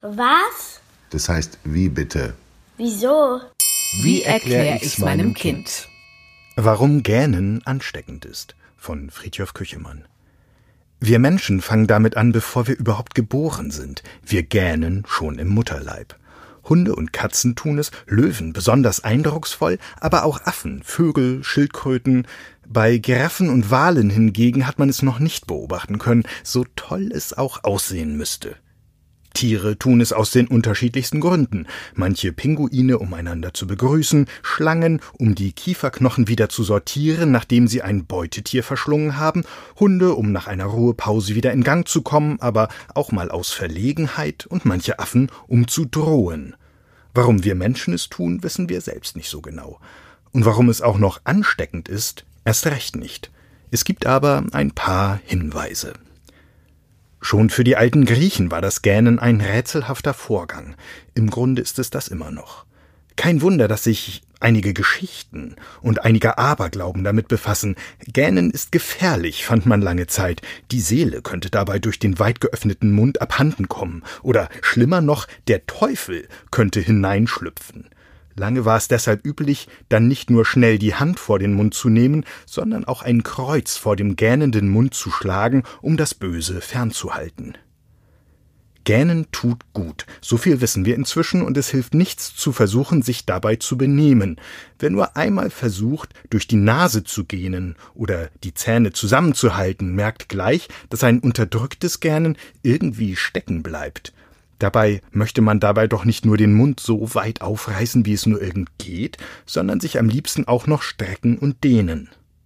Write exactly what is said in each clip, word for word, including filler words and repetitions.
Was? Das heißt, wie bitte? Wieso? Wie erkläre ich's meinem Kind? Warum Gähnen ansteckend ist, von Fridtjof Küchemann. Wir Menschen fangen damit an, bevor wir überhaupt geboren sind. Wir gähnen schon im Mutterleib. Hunde und Katzen tun es, Löwen besonders eindrucksvoll, aber auch Affen, Vögel, Schildkröten. Bei Giraffen und Walen hingegen hat man es noch nicht beobachten können, so toll es auch aussehen müsste. Tiere tun es aus den unterschiedlichsten Gründen. Manche Pinguine, um einander zu begrüßen, Schlangen, um die Kieferknochen wieder zu sortieren, nachdem sie ein Beutetier verschlungen haben, Hunde, um nach einer Ruhepause wieder in Gang zu kommen, aber auch mal aus Verlegenheit, und manche Affen, um zu drohen. Warum wir Menschen es tun, wissen wir selbst nicht so genau. Und warum es auch noch ansteckend ist, erst recht nicht. Es gibt aber ein paar Hinweise. Schon für die alten Griechen war das Gähnen ein rätselhafter Vorgang. Im Grunde ist es das immer noch. Kein Wunder, dass sich einige Geschichten und einige Aberglauben damit befassen. Gähnen ist gefährlich, fand man lange Zeit. Die Seele könnte dabei durch den weit geöffneten Mund abhanden kommen. Oder schlimmer noch, der Teufel könnte hineinschlüpfen. Lange war es deshalb üblich, dann nicht nur schnell die Hand vor den Mund zu nehmen, sondern auch ein Kreuz vor dem gähnenden Mund zu schlagen, um das Böse fernzuhalten. Gähnen tut gut, so viel wissen wir inzwischen, und es hilft nichts zu versuchen, sich dabei zu benehmen. Wer nur einmal versucht, durch die Nase zu gähnen oder die Zähne zusammenzuhalten, merkt gleich, dass ein unterdrücktes Gähnen irgendwie stecken bleibt. Dabei möchte man dabei doch nicht nur den Mund so weit aufreißen, wie es nur irgend geht, sondern sich am liebsten auch noch strecken und dehnen.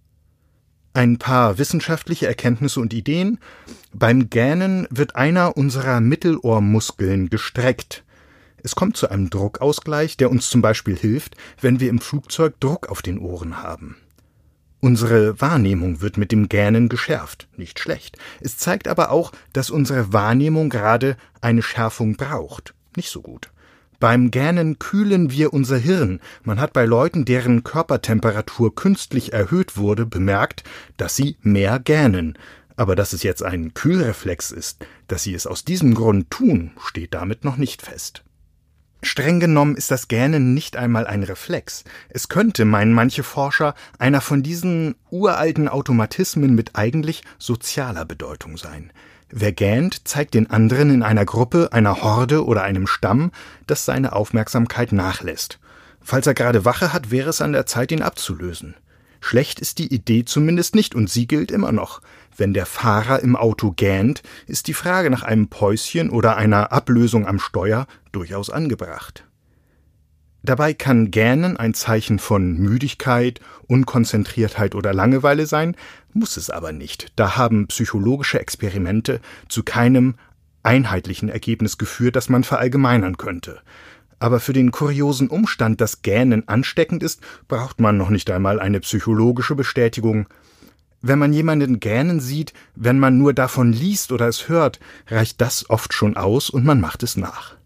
Ein paar wissenschaftliche Erkenntnisse und Ideen. Beim Gähnen wird einer unserer Mittelohrmuskeln gestreckt. Es kommt zu einem Druckausgleich, der uns zum Beispiel hilft, wenn wir im Flugzeug Druck auf den Ohren haben. Unsere Wahrnehmung wird mit dem Gähnen geschärft, nicht schlecht. Es zeigt aber auch, dass unsere Wahrnehmung gerade eine Schärfung braucht, nicht so gut. Beim Gähnen kühlen wir unser Hirn. Man hat bei Leuten, deren Körpertemperatur künstlich erhöht wurde, bemerkt, dass sie mehr gähnen. Aber dass es jetzt ein Kühlreflex ist, dass sie es aus diesem Grund tun, steht damit noch nicht fest. Streng genommen ist das Gähnen nicht einmal ein Reflex. Es könnte, meinen manche Forscher, einer von diesen uralten Automatismen mit eigentlich sozialer Bedeutung sein. Wer gähnt, zeigt den anderen in einer Gruppe, einer Horde oder einem Stamm, dass seine Aufmerksamkeit nachlässt. Falls er gerade Wache hat, wäre es an der Zeit, ihn abzulösen. Schlecht ist die Idee zumindest nicht, und sie gilt immer noch. Wenn der Fahrer im Auto gähnt, ist die Frage nach einem Päuschen oder einer Ablösung am Steuer durchaus angebracht. Dabei kann Gähnen ein Zeichen von Müdigkeit, Unkonzentriertheit oder Langeweile sein, muss es aber nicht. Da haben psychologische Experimente zu keinem einheitlichen Ergebnis geführt, das man verallgemeinern könnte. Aber für den kuriosen Umstand, dass Gähnen ansteckend ist, braucht man noch nicht einmal eine psychologische Bestätigung. Wenn man jemanden gähnen sieht, wenn man nur davon liest oder es hört, reicht das oft schon aus und man macht es nach.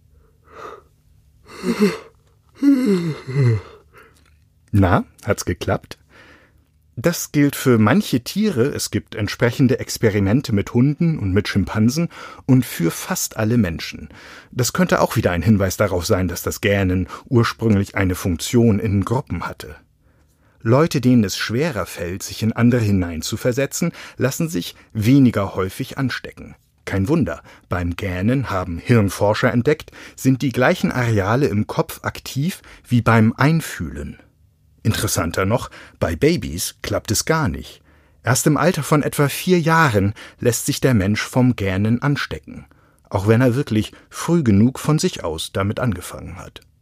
Na, hat's geklappt? Das gilt für manche Tiere, es gibt entsprechende Experimente mit Hunden und mit Schimpansen, und für fast alle Menschen. Das könnte auch wieder ein Hinweis darauf sein, dass das Gähnen ursprünglich eine Funktion in Gruppen hatte. Leute, denen es schwerer fällt, sich in andere hineinzuversetzen, lassen sich weniger häufig anstecken. Kein Wunder, beim Gähnen, haben Hirnforscher entdeckt, sind die gleichen Areale im Kopf aktiv wie beim Einfühlen. Interessanter noch, bei Babys klappt es gar nicht. Erst im Alter von etwa vier Jahren lässt sich der Mensch vom Gähnen anstecken, auch wenn er wirklich früh genug von sich aus damit angefangen hat.